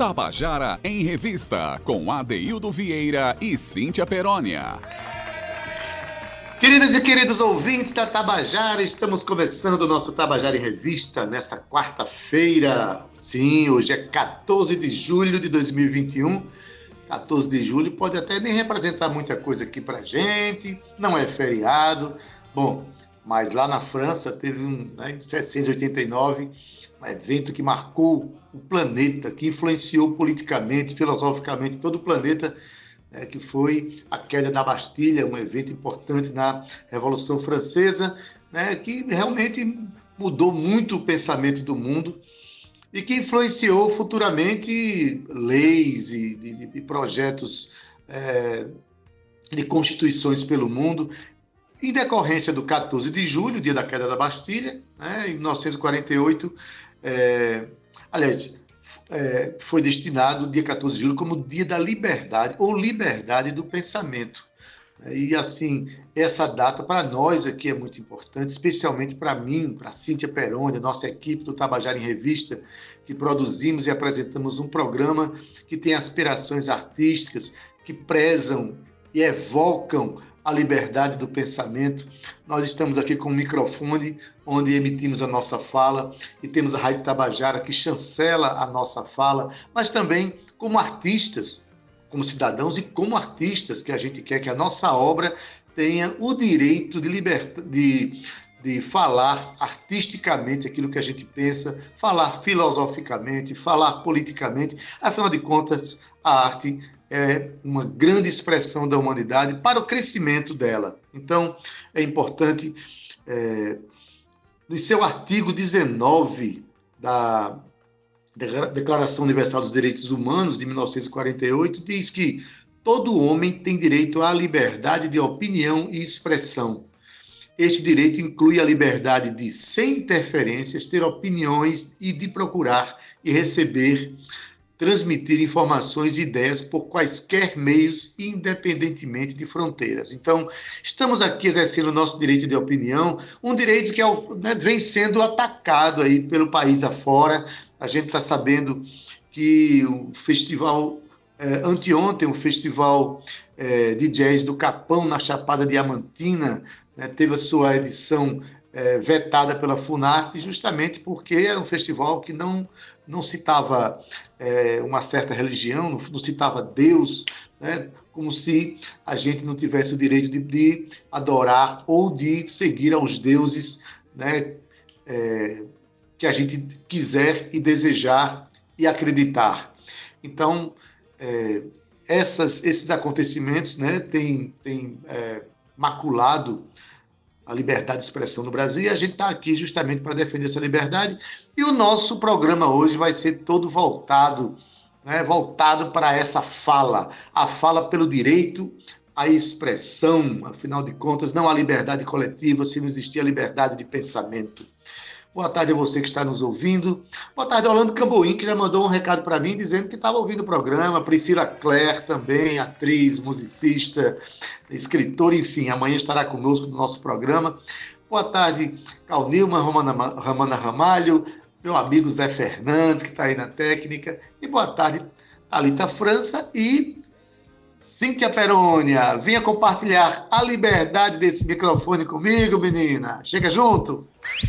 Tabajara em Revista, com Adeildo Vieira e Cíntia Perônia. Queridas e queridos ouvintes da Tabajara, estamos começando o nosso Tabajara em Revista nessa quarta-feira. Sim, hoje é 14 de julho de 2021. 14 de julho pode até nem representar muita coisa aqui pra gente, não é feriado. Bom, mas lá na França teve em 1789, um evento que marcou o planeta, que influenciou politicamente, filosoficamente todo o planeta, que foi a queda da Bastilha, um evento importante na Revolução Francesa, que realmente mudou muito o pensamento do mundo e que influenciou futuramente leis e projetos de constituições pelo mundo. Em decorrência do 14 de julho, dia da queda da Bastilha, em 1948, foi destinado o dia 14 de julho como dia da liberdade, ou liberdade do pensamento. E, assim, essa data para nós aqui é muito importante, especialmente para mim, para a Cíntia Perônia, nossa equipe do Tabajara em Revista, que produzimos e apresentamos um programa que tem aspirações artísticas, que prezam e evocam a liberdade do pensamento. Nós estamos aqui com um microfone onde emitimos a nossa fala e temos a Rádio Tabajara que chancela a nossa fala, mas também como artistas, como cidadãos e como artistas, que a gente quer que a nossa obra tenha o direito de falar artisticamente aquilo que a gente pensa, falar filosoficamente, falar politicamente. Afinal de contas, a arte é uma grande expressão da humanidade para o crescimento dela. Então, é importante, no seu artigo 19 da Declaração Universal dos Direitos Humanos, de 1948, diz que todo homem tem direito à liberdade de opinião e expressão. Este direito inclui a liberdade de, sem interferências, ter opiniões e de procurar e receber, transmitir informações e ideias por quaisquer meios, independentemente de fronteiras. Então, estamos aqui exercendo o nosso direito de opinião, um direito que vem sendo atacado aí pelo país afora. A gente está sabendo que o festival, anteontem, o festival de jazz do Capão, na Chapada Diamantina, teve a sua edição vetada pela Funarte, justamente porque era um festival que não citava uma certa religião, não citava Deus, como se a gente não tivesse o direito de adorar ou de seguir aos deuses, que a gente quiser e desejar e acreditar. Então, esses acontecimentos têm maculado a liberdade de expressão no Brasil, e a gente está aqui justamente para defender essa liberdade. E o nosso programa hoje vai ser todo voltado para essa fala, a fala pelo direito à expressão. Afinal de contas, não há liberdade coletiva se não existir a liberdade de pensamento. Boa tarde a você que está nos ouvindo. Boa tarde, Orlando Camboim, que já mandou um recado para mim dizendo que estava ouvindo o programa. Priscila Clare também, atriz, musicista, escritora, enfim, amanhã estará conosco no nosso programa. Boa tarde, Carl Nilman, Ramana Ramalho, meu amigo Zé Fernandes, que está aí na técnica. E boa tarde, Thalita França e Cíntia Perônia. Venha compartilhar a liberdade desse microfone comigo, menina. Chega junto.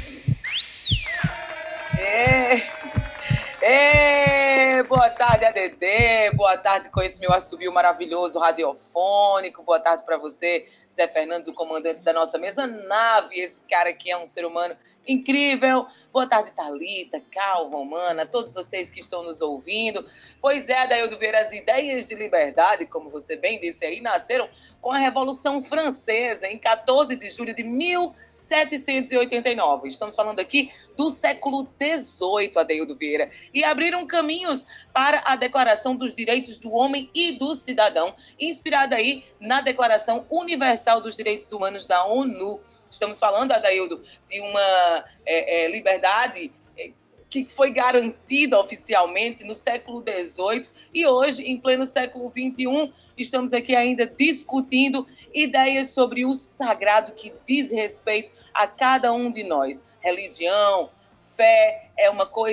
Boa tarde, ADD, boa tarde com esse meu assobio maravilhoso radiofônico, boa tarde para você, Zé Fernandes, o comandante da nossa mesa nave, esse cara que é um ser humano incrível. Boa tarde, Thalita, Cal, Romana, todos vocês que estão nos ouvindo. Pois é, Adeildo Vieira, as ideias de liberdade, como você bem disse aí, nasceram com a Revolução Francesa, em 14 de julho de 1789. Estamos falando aqui do século XVIII, Adeildo Vieira, e abriram caminhos para a Declaração dos Direitos do Homem e do Cidadão, inspirada aí na Declaração Universal dos Direitos Humanos da ONU. Estamos falando, Adeildo, de uma liberdade que foi garantida oficialmente no século XVIII e hoje, em pleno século XXI, estamos aqui ainda discutindo ideias sobre o sagrado que diz respeito a cada um de nós. Religião, fé é uma coisa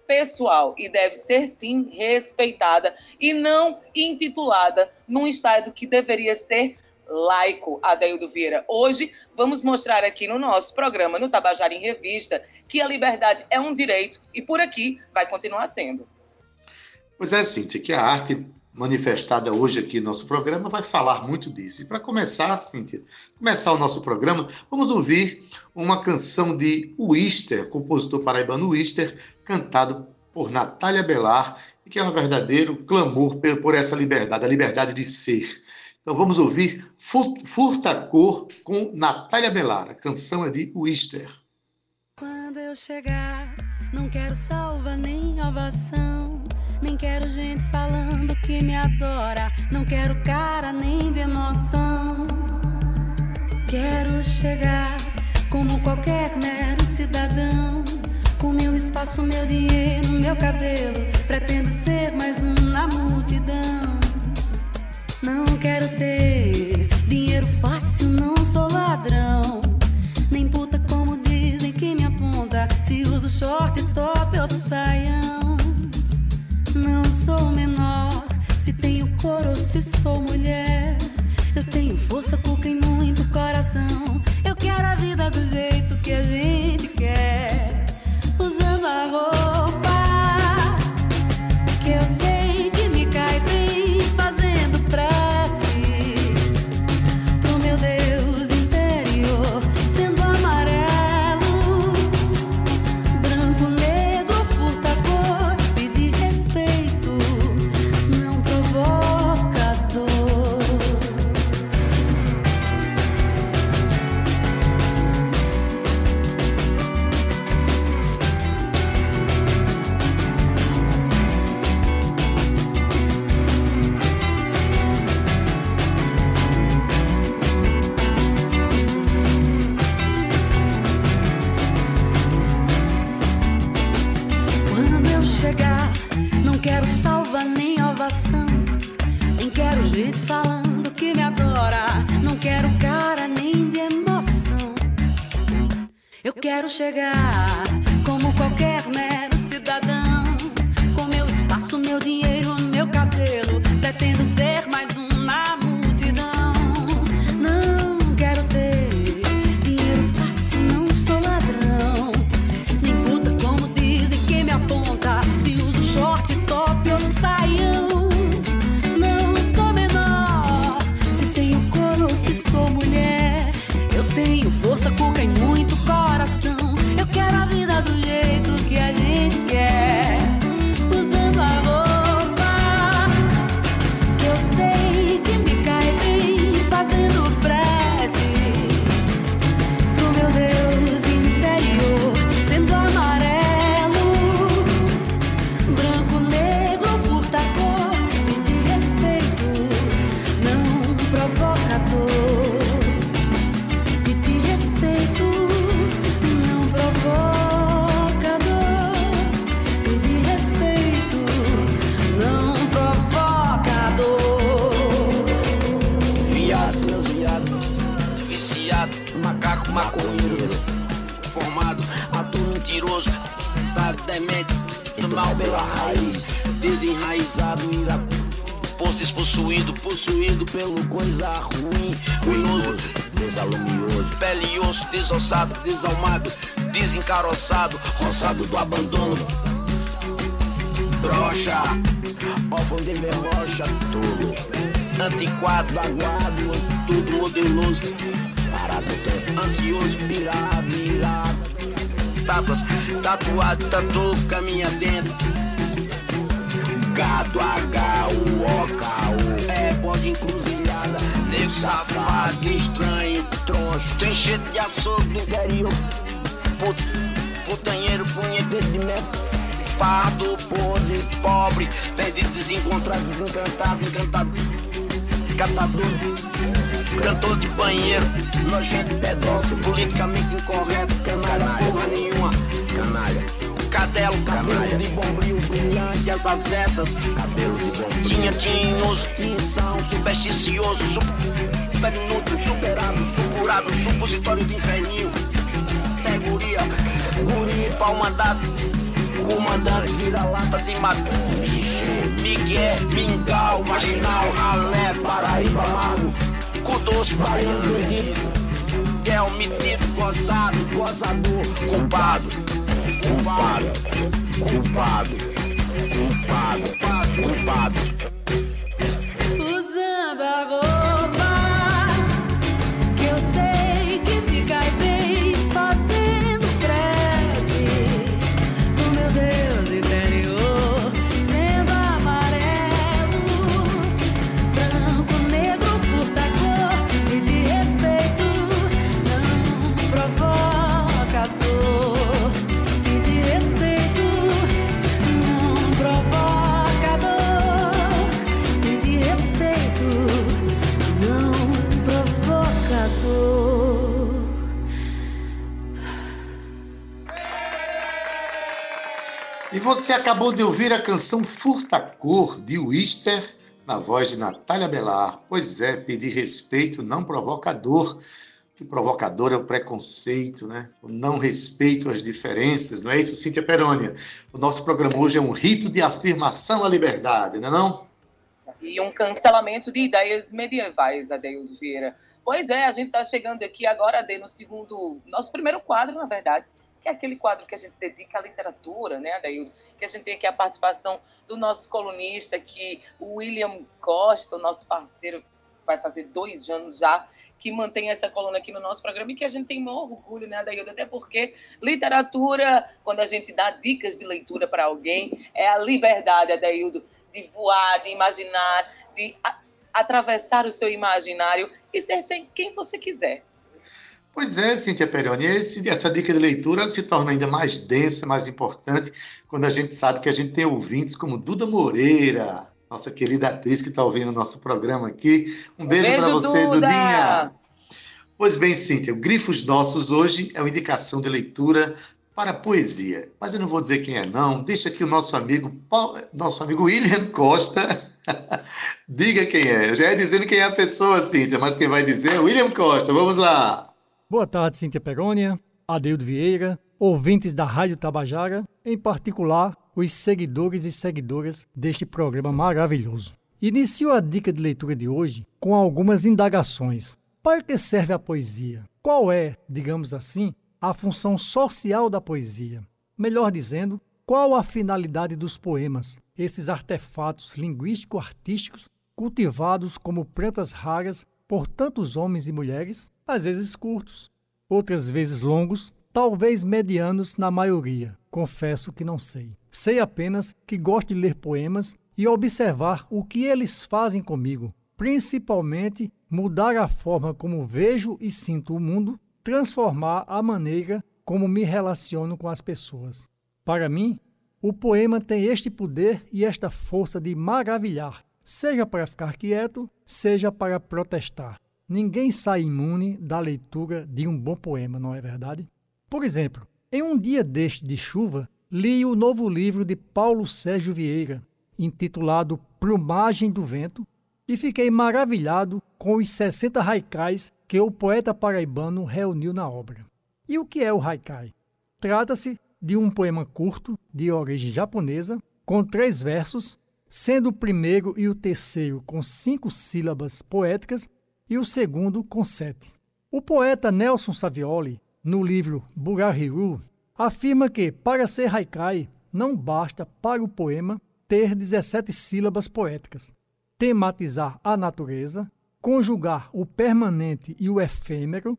pessoal e deve ser, sim, respeitada e não intitulada num Estado que deveria ser laico, Adeildo Vieira. Hoje vamos mostrar aqui no nosso programa, no Tabajara em Revista, que a liberdade é um direito e por aqui vai continuar sendo. Pois é, Cíntia, que a arte manifestada hoje aqui no nosso programa vai falar muito disso. E para começar, Cíntia, o nosso programa, vamos ouvir uma canção de Wister, compositor paraibano Wister, cantado por Natália Belar, e que é um verdadeiro clamor por essa liberdade, a liberdade de ser. Então vamos ouvir Furta-Cor com Natália Belar. A canção é de Wister. Quando eu chegar, não quero salva nem ovação, nem quero gente falando que me adora, não quero cara nem de emoção. Quero chegar como qualquer mero cidadão, com meu espaço, meu dinheiro, meu cabelo, pretendo ser mais um na multidão. Não quero ter dinheiro fácil, não sou ladrão, nem puta como dizem que me aponta, se uso short, top ou saião. Não sou menor, se tenho cor ou se sou mulher, eu tenho força, cuca e muito coração. Eu quero a vida do jeito que a gente quer, usando a roupa que eu sei que me cai bem, fazendo prece pro meu Deus interior, sendo amarelo, branco, negro, furta-cor, pedir respeito, não provocador. Chegar, não quero salva nem ovação, nem quero gente falando que me adora, não quero cara nem de emoção. Eu quero chegar como qualquer mero cidadão, com meu espaço, meu dinheiro, meu cabelo, pretendo ser mais um na multidão. Não quero ter dinheiro fácil, não sou ladrão, nem puta como dizem que me aponta, se uso short, top ou saião. Não sou menor, se tenho cor ou se sou mulher, eu tenho força, cuca e muito coração. Eu quero a vida do jeito que a gente quer, usando a roupa que eu sei que me cai bem, fazendo prece pro meu Deus interior, sendo amarelo, branco, negro, furta-cor, pedir respeito, não provocador. Pedir respeito, não provocador. Pedir respeito, não provocador. Viado, transviado, viciado, macaco, maconheiro, formado, ator mentiroso, tá demente, mal pela raiz, desenraizado, posto despossuído, possuído pelo coisa ruim, ruinoso, desalumioso, pele e osso, desossado, desalmado, desencaroçado, roçado do abandono, brocha, órfão de verrocha, tolo, antiquado, vaguado, tudo modeloso, parado no tempo, ansioso, virado, estátuas, tatuado, tatu, caminha dentro, gado, H-U-O-K-U, é bode encruzilhada, nego safado, estranho, troncho, trinchete de açougue do interior, putanheiro, punheteiro de merda, pardo, podre, pobre, perdido, desencontrado, desencantado, encantado, catador, cantor de banheiro, nojento, pedófilo, politicamente incorreto, canalha, porra nenhuma, canalha, cadelo, cabelo de bombril brilhante, as avessas, cabelo de bombril, tinha tinhoso, tinção, supersticioso, super inútil, superado, supurado, supositório de inferninho, até guria, pau mandado, comandante vira-lata de Matuque, Miguel, Mingau, Marginal, Ralé, Paraíba, Lago, Cudoço, Baiano, Verdito, Guel, Metido, Gozado, Gozador, Culpado, Culpado, Culpado, Culpado, Culpado, Culpado. Usando a roupa que eu sei que me cai bem, fazendo prece do meu Deus interior, sendo amarelo, branco, negro, furta cor e de respeito, não provoca dor, e de respeito, não provoca dor, e de respeito, não provoca dor. E você acabou de ouvir a canção Furta-Cor, de Wister, na voz de Natália Belar. Pois é, pedir respeito não provoca dor. O que provoca dor é o preconceito, né? O não respeito às diferenças, não é isso, Cíntia Perônia? O nosso programa hoje é um rito de afirmação à liberdade, não é não? E um cancelamento de ideias medievais, Adeildo Vieira. Pois é, a gente está chegando aqui agora, Ade, nosso primeiro quadro, na verdade, que é aquele quadro que a gente dedica à literatura, né, Adeildo? Que a gente tem aqui a participação do nosso colunista, o William Costa, o nosso parceiro, vai fazer 2 anos já, que mantém essa coluna aqui no nosso programa e que a gente tem maior orgulho, né, Adeildo? Até porque literatura, quando a gente dá dicas de leitura para alguém, é a liberdade, Adeildo, de voar, de imaginar, de atravessar o seu imaginário e ser quem você quiser. Pois é, Cíntia Peroni, essa dica de leitura ela se torna ainda mais densa, mais importante, quando a gente sabe que a gente tem ouvintes como Duda Moreira, nossa querida atriz que está ouvindo o nosso programa aqui. Um beijo para você, Duda! Dudinha. Pois bem, Cíntia, o Grifos Nossos hoje é uma indicação de leitura para poesia. Mas eu não vou dizer quem é, não. Deixa aqui o nosso amigo William Costa. Diga quem é. Eu já ia dizendo quem é a pessoa, Cíntia, mas quem vai dizer é William Costa. Vamos lá. Boa tarde, Cíntia Perônia, Adeildo Vieira, ouvintes da Rádio Tabajara, em particular os seguidores e seguidoras deste programa maravilhoso. Inicio a dica de leitura de hoje com algumas indagações. Para que serve a poesia? Qual é, digamos assim, a função social da poesia? Melhor dizendo, qual a finalidade dos poemas, esses artefatos linguístico-artísticos cultivados como plantas raras por tantos homens e mulheres, às vezes curtos, outras vezes longos, talvez medianos na maioria. Confesso que não sei. Sei apenas que gosto de ler poemas e observar o que eles fazem comigo, principalmente mudar a forma como vejo e sinto o mundo, transformar a maneira como me relaciono com as pessoas. Para mim, o poema tem este poder e esta força de maravilhar, seja para ficar quieto, seja para protestar. Ninguém sai imune da leitura de um bom poema, não é verdade? Por exemplo, em um dia deste de chuva, li o novo livro de Paulo Sérgio Vieira, intitulado Plumagem do Vento, e fiquei maravilhado com os 60 haikais que o poeta paraibano reuniu na obra. E o que é o haikai? Trata-se de um poema curto, de origem japonesa, com 3 versos, sendo o primeiro e o terceiro com 5 sílabas poéticas e o segundo com 7. O poeta Nelson Savioli, no livro Burahiru, afirma que, para ser haikai, não basta para o poema ter 17 sílabas poéticas, tematizar a natureza, conjugar o permanente e o efêmero,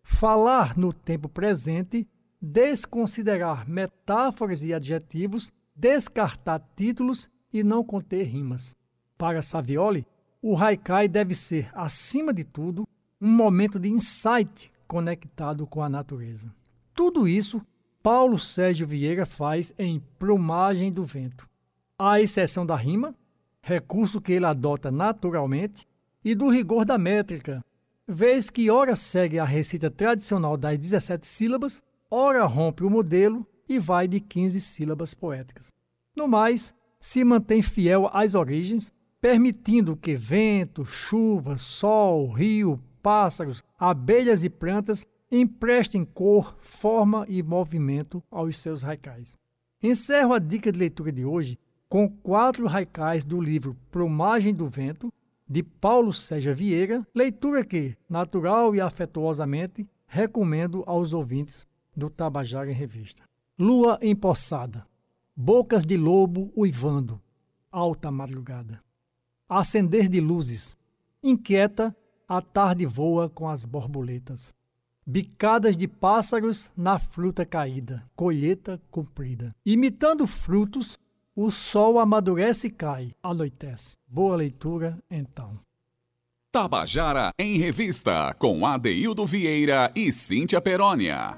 falar no tempo presente, desconsiderar metáforas e adjetivos, descartar títulos e não conter rimas. Para Savioli, o haikai deve ser, acima de tudo, um momento de insight conectado com a natureza. Tudo isso Paulo Sérgio Vieira faz em Plumagem do Vento, à exceção da rima, recurso que ele adota naturalmente, e do rigor da métrica, vez que ora segue a receita tradicional das 17 sílabas, ora rompe o modelo e vai de 15 sílabas poéticas. No mais, se mantém fiel às origens, permitindo que vento, chuva, sol, rio, pássaros, abelhas e plantas emprestem cor, forma e movimento aos seus haikais. Encerro a dica de leitura de hoje com 4 haikais do livro Plumagem do Vento, de Paulo Sérgio Vieira, leitura que, natural e afetuosamente, recomendo aos ouvintes do Tabajara em Revista. Lua empossada, bocas de lobo uivando, alta madrugada. Acender de luzes, inquieta, a tarde voa com as borboletas. Bicadas de pássaros na fruta caída, colheita cumprida. Imitando frutos, o sol amadurece e cai, anoitece. Boa leitura, então. Tabajara em Revista, com Adeildo Vieira e Cíntia Perônia.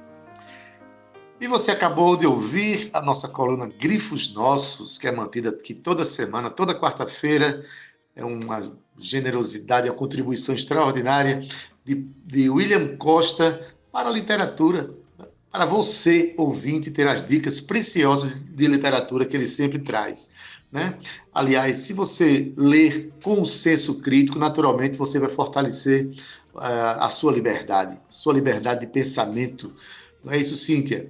E você acabou de ouvir a nossa coluna Grifos Nossos, que é mantida aqui toda semana, toda quarta-feira. É uma generosidade, uma contribuição extraordinária de William Costa para a literatura, para você, ouvinte, ter as dicas preciosas de literatura que ele sempre traz, né? Aliás, se você ler com o senso crítico, naturalmente você vai fortalecer a sua liberdade de pensamento. Não é isso, Cíntia?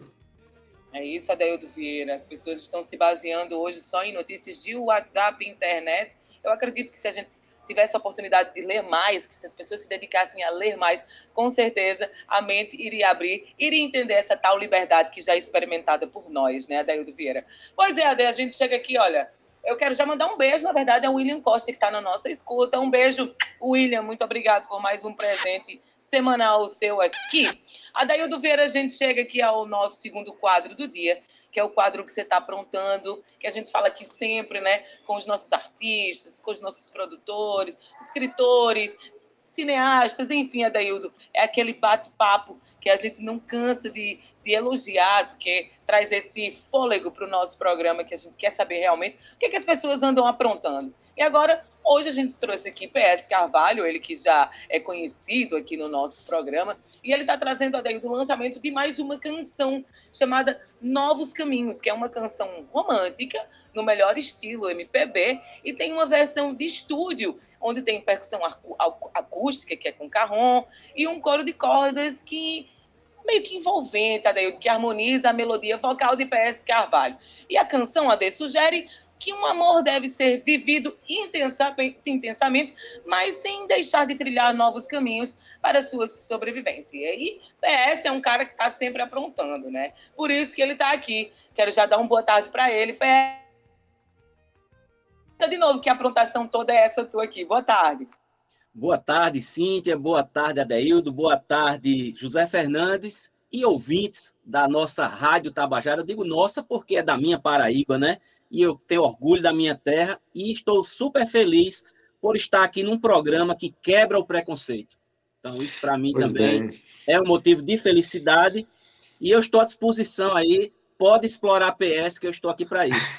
É isso, Adeildo Vieira. As pessoas estão se baseando hoje só em notícias de WhatsApp e internet. Eu acredito que se a gente tivesse a oportunidade de ler mais, que se as pessoas se dedicassem a ler mais, com certeza a mente iria abrir, iria entender essa tal liberdade que já é experimentada por nós, né, Adeildo Vieira? Pois é, Ade, a gente chega aqui, olha, eu quero já mandar um beijo, na verdade, ao William Costa, que está na nossa escuta. Um beijo, William, muito obrigado por mais um presente semanal seu aqui. Adeildo Vieira, a gente chega aqui ao nosso segundo quadro do dia, que é o quadro que você está aprontando, que a gente fala aqui sempre, né, com os nossos artistas, com os nossos produtores, escritores, cineastas, enfim, Adeildo, é aquele bate-papo que a gente não cansa de elogiar, porque traz esse fôlego para o nosso programa, que a gente quer saber realmente o que as pessoas andam aprontando. E agora, hoje a gente trouxe aqui PS Carvalho, ele que já é conhecido aqui no nosso programa, e ele está trazendo, Adeildo, o lançamento de mais uma canção chamada Novos Caminhos, que é uma canção romântica, no melhor estilo MPB, e tem uma versão de estúdio, onde tem percussão acústica, que é com carrom, e um coro de cordas que meio que envolvente, Adeildo, que harmoniza a melodia vocal de PS Carvalho. E a canção, Ade, sugere que um amor deve ser vivido intensamente, mas sem deixar de trilhar novos caminhos para a sua sobrevivência. E aí, PS é um cara que está sempre aprontando, né? Por isso que ele está aqui. Quero já dar uma boa tarde para ele. PS, de novo, que a aprontação toda é essa tua aqui. Boa tarde. Boa tarde, Cíntia. Boa tarde, Adeildo. Boa tarde, José Fernandes e ouvintes da nossa Rádio Tabajara. Eu digo nossa porque é da minha Paraíba, né? E eu tenho orgulho da minha terra e estou super feliz por estar aqui num programa que quebra o preconceito. Então, isso para mim também é um motivo de felicidade e eu estou à disposição aí. Pode explorar a PS, que eu estou aqui para isso.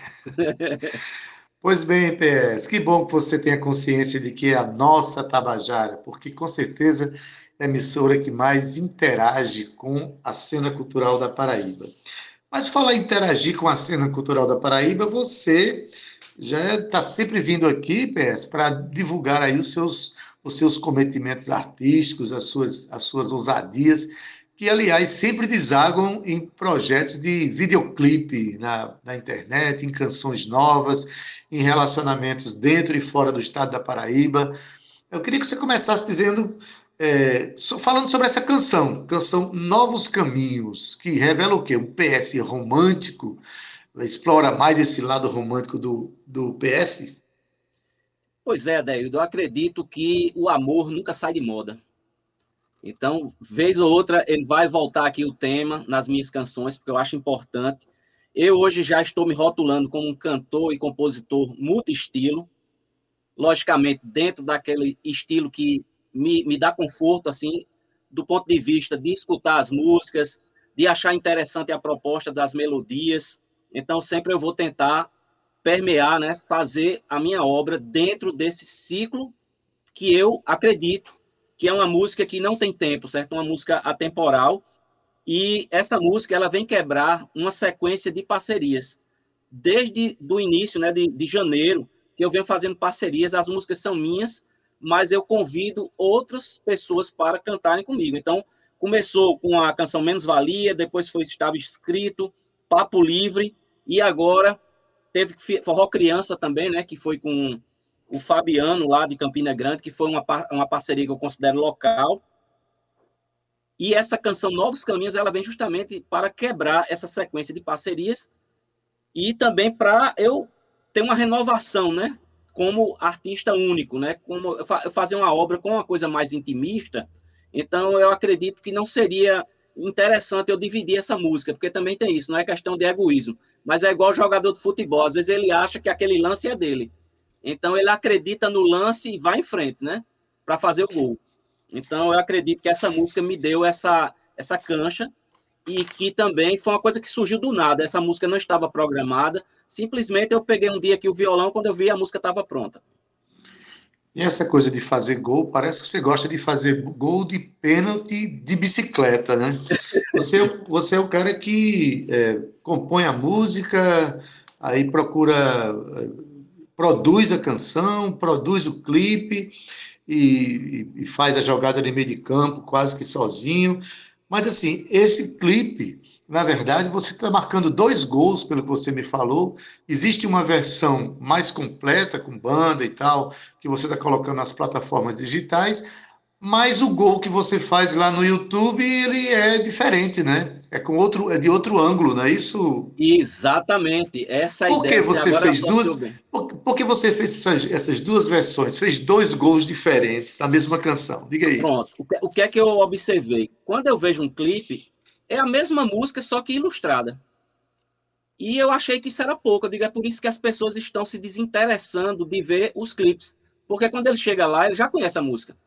Pois bem, PS, que bom que você tenha consciência de que é a nossa Tabajara, porque com certeza é a emissora que mais interage com a cena cultural da Paraíba. Mas falar em interagir com a cena cultural da Paraíba, você já está sempre vindo aqui, PS, para divulgar aí os seus cometimentos artísticos, as suas ousadias, que, aliás, sempre desagam em projetos de videoclipe na internet, em canções novas, em relacionamentos dentro e fora do estado da Paraíba. Eu queria que você começasse dizendo, falando sobre essa canção Novos Caminhos, que revela o quê? Um PS romântico? Explora mais esse lado romântico do PS? Pois é, Adeildo, eu acredito que o amor nunca sai de moda. Então, vez ou outra, ele vai voltar aqui o tema nas minhas canções, porque eu acho importante. Eu hoje já estou me rotulando como um cantor e compositor multi-estilo, logicamente dentro daquele estilo que me dá conforto, assim, do ponto de vista de escutar as músicas, de achar interessante a proposta das melodias. Então, sempre eu vou tentar permear, né, fazer a minha obra dentro desse ciclo que eu acredito que é uma música que não tem tempo, certo? Uma música atemporal. E essa música ela vem quebrar uma sequência de parcerias. Desde o início, né, de janeiro, que eu venho fazendo parcerias, as músicas são minhas, mas eu convido outras pessoas para cantarem comigo. Então, começou com a canção Menos Valia, depois estava escrito Papo Livre, E agora teve Forró Criança também, né? Que foi com o Fabiano, lá de Campina Grande, que foi uma parceria que eu considero local. E essa canção Novos Caminhos, ela vem justamente para quebrar essa sequência de parcerias e também para eu ter uma renovação, né? Como artista único, né? Como eu fazer uma obra com uma coisa mais intimista, então eu acredito que não seria interessante eu dividir essa música, porque também tem isso, não é questão de egoísmo, mas é igual jogador de futebol, às vezes ele acha que aquele lance é dele, então ele acredita no lance e vai em frente, né? Para fazer o gol. Então eu acredito que essa música me deu essa cancha, e que também foi uma coisa que surgiu do nada. Essa música não estava programada, simplesmente eu peguei um dia aqui o violão, quando eu vi a música estava pronta. E essa coisa de fazer gol, parece que você gosta de fazer gol de pênalti de bicicleta, né? Você é o cara que compõe a música, aí produz a canção, produz o clipe e faz a jogada de meio de campo quase que sozinho. Mas, assim, esse clipe, na verdade, você está marcando 2 gols, pelo que você me falou. Existe uma versão mais completa, com banda e tal, que você está colocando nas plataformas digitais, mas o gol que você faz lá no YouTube, ele é diferente, né? É de outro ângulo, não é isso? Exatamente, essa é a ideia. Por que você fez essas 2 versões? Fez 2 gols diferentes da mesma canção? Diga aí. Pronto, o que é que eu observei? Quando eu vejo um clipe, é a mesma música, só que ilustrada. E eu achei que isso era pouco. Eu digo, é por isso que as pessoas estão se desinteressando de ver os clipes. Porque quando ele chega lá, ele já conhece a música.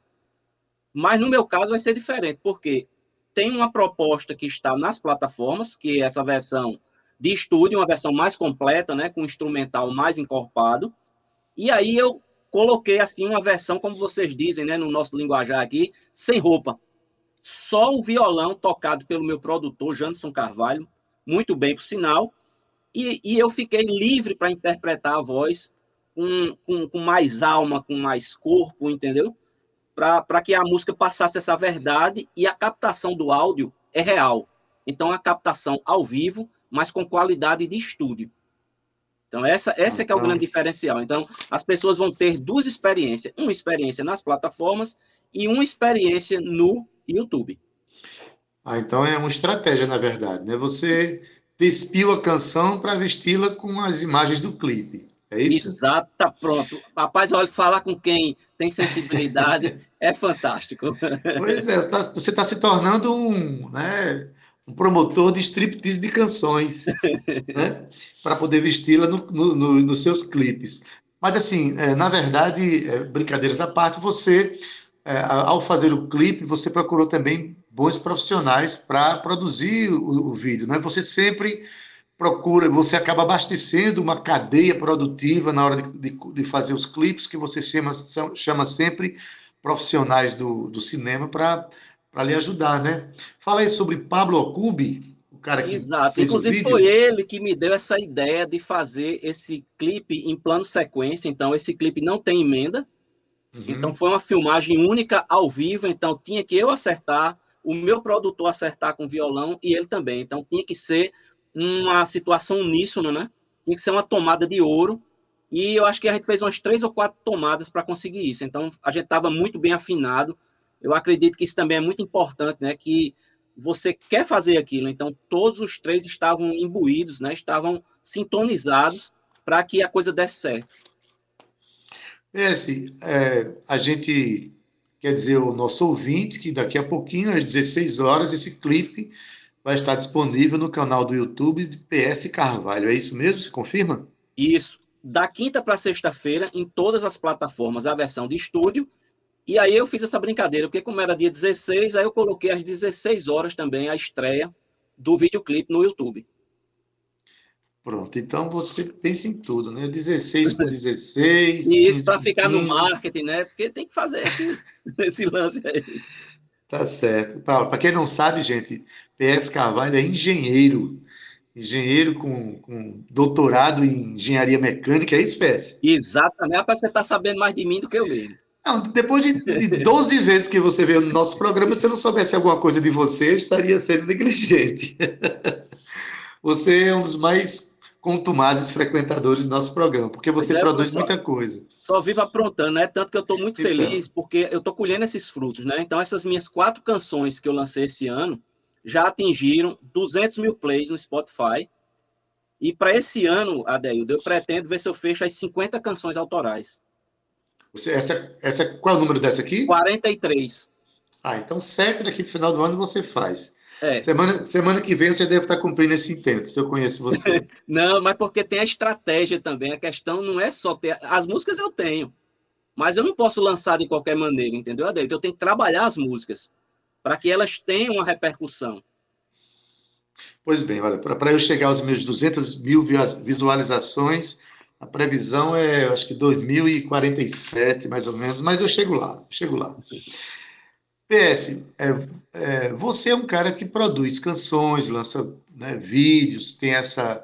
Mas no meu caso vai ser diferente, porque tem uma proposta que está nas plataformas, que é essa versão de estúdio, uma versão mais completa, né, com um instrumental mais encorpado. E aí eu coloquei assim uma versão, como vocês dizem, né, no nosso linguajar aqui, sem roupa. Só o violão tocado pelo meu produtor, Janderson Carvalho, muito bem, por sinal, e eu fiquei livre para interpretar a voz com mais alma, com mais corpo, entendeu? Para que a música passasse essa verdade, e a captação do áudio é real. Então, a captação ao vivo, mas com qualidade de estúdio. Então, essa é que é o grande diferencial. Então, as pessoas vão ter 2 experiências. Uma experiência nas plataformas e uma experiência no YouTube. Então é uma estratégia, na verdade, né? Você despiu a canção para vesti-la com as imagens do clipe. É isso? Exato, tá pronto. Rapaz, olha, falar com quem tem sensibilidade é fantástico. Pois é, você está se tornando um promotor de striptease de canções, né? Para poder vesti-la nos seus clipes. Mas, assim, na verdade, brincadeiras à parte, você, ao fazer o clipe, você procurou também bons profissionais para produzir o vídeo, né? Você sempre você acaba abastecendo uma cadeia produtiva na hora de fazer os clipes, que você chama sempre profissionais do cinema para lhe ajudar, né? Fala aí sobre Pablo Ocubi, o cara que Exato. fez Inclusive o vídeo. foi ele que me deu essa ideia de fazer esse clipe em plano sequência. Então, esse clipe não tem emenda. Então, foi uma filmagem única ao vivo. Então, tinha que eu acertar, o meu produtor acertar com o violão e ele também. Então, tinha que ser uma situação uníssona, né? Tinha que ser uma tomada de ouro. E eu acho que a gente fez umas 3 ou 4 tomadas para conseguir isso. Então, a gente estava muito bem afinado. Eu acredito que isso também é muito importante, né? Que você quer fazer aquilo. Então, todos os 3 estavam imbuídos, né? Estavam sintonizados para que a coisa desse certo. A gente quer dizer o nosso ouvinte que daqui a pouquinho, às 16 horas, esse clipe vai estar disponível no canal do YouTube de PS Carvalho. É isso mesmo? Você confirma? Isso. Da quinta para sexta-feira, em todas as plataformas, a versão de estúdio. E aí eu fiz essa brincadeira, porque como era dia 16, aí eu coloquei às 16 horas também a estreia do videoclipe no YouTube. Pronto, então você pensa em tudo, né? 16 por 16. E isso para ficar no marketing, né? Porque tem que fazer esse lance aí. Tá certo. Para quem não sabe, gente, PS Carvalho é engenheiro com doutorado em engenharia mecânica, é isso, PS? Exatamente, você está sabendo mais de mim do que eu mesmo. Não, depois de 12 vezes que você veio no nosso programa, se eu não soubesse alguma coisa de você, eu estaria sendo negligente. Você é um dos mais contumazes frequentadores do nosso programa, porque você produz muita coisa. Só vivo aprontando, né? Tanto que eu estou muito Então, feliz, porque eu estou colhendo esses frutos, né? Então, essas minhas 4 canções que eu lancei esse ano já atingiram 200 mil plays no Spotify. E para esse ano, Adeildo, eu pretendo ver se eu fecho as 50 canções autorais. Qual é o número dessa aqui? 43. Então 7 daqui para o final do ano você faz. É. Semana que vem você deve estar cumprindo esse intento, se eu conheço você. Não, mas porque tem a estratégia também. A questão não é só ter... As músicas eu tenho, mas eu não posso lançar de qualquer maneira, entendeu, Adeildo? Eu tenho que trabalhar as músicas para que elas tenham uma repercussão. Pois bem, olha, para eu chegar aos meus 200 mil visualizações, a previsão é, acho que 2047, mais ou menos, mas eu chego lá. PS, você é um cara que produz canções, lança, né, vídeos, tem essa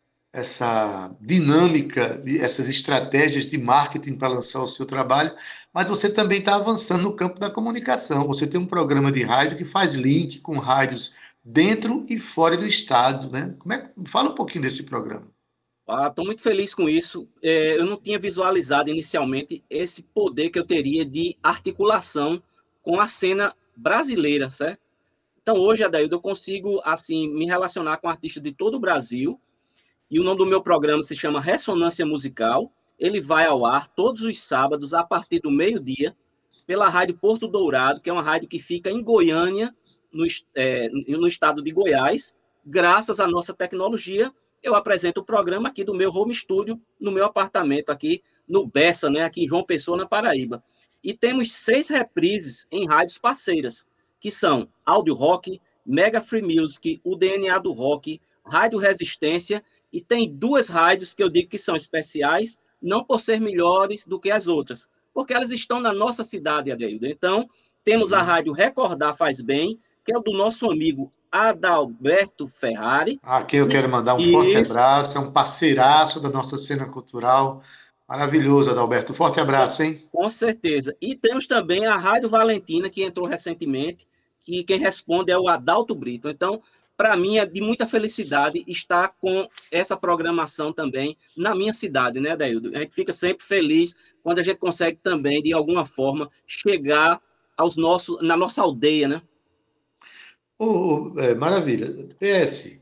dinâmica, essas estratégias de marketing para lançar o seu trabalho, mas você também está avançando no campo da comunicação. Você tem um programa de rádio que faz link com rádios dentro e fora do estado, né? Fala um pouquinho desse programa. Estou muito feliz com isso. Eu não tinha visualizado inicialmente esse poder que eu teria de articulação com a cena brasileira, certo? Então, hoje, Adeildo, eu consigo assim, me relacionar com artistas de todo o Brasil, e o nome do meu programa se chama Ressonância Musical. Ele vai ao ar todos os sábados, a partir do meio-dia, pela Rádio Porto Dourado, que é uma rádio que fica em Goiânia, no estado de Goiás. Graças à nossa tecnologia, eu apresento o programa aqui do meu home studio, no meu apartamento aqui no Bessa, né, aqui em João Pessoa, na Paraíba. E temos 6 reprises em rádios parceiras, que são Áudio Rock, Mega Free Music, o DNA do Rock, Rádio Resistência, e tem 2 rádios que eu digo que são especiais, não por ser melhores do que as outras, porque elas estão na nossa cidade, Adeildo. Então, temos a Rádio Recordar Faz Bem, que é do nosso amigo Adalberto Ferrari. Aqui eu quero mandar um forte abraço, é um parceiraço da nossa cena cultural. Maravilhoso, Adalberto. Forte abraço, hein? Com certeza. E temos também a Rádio Valentina, que entrou recentemente, que quem responde é o Adalto Brito. Então, para mim, é de muita felicidade estar com essa programação também na minha cidade, né, Adeildo? A gente fica sempre feliz quando a gente consegue também, de alguma forma, chegar na nossa aldeia, né? Maravilha. PS,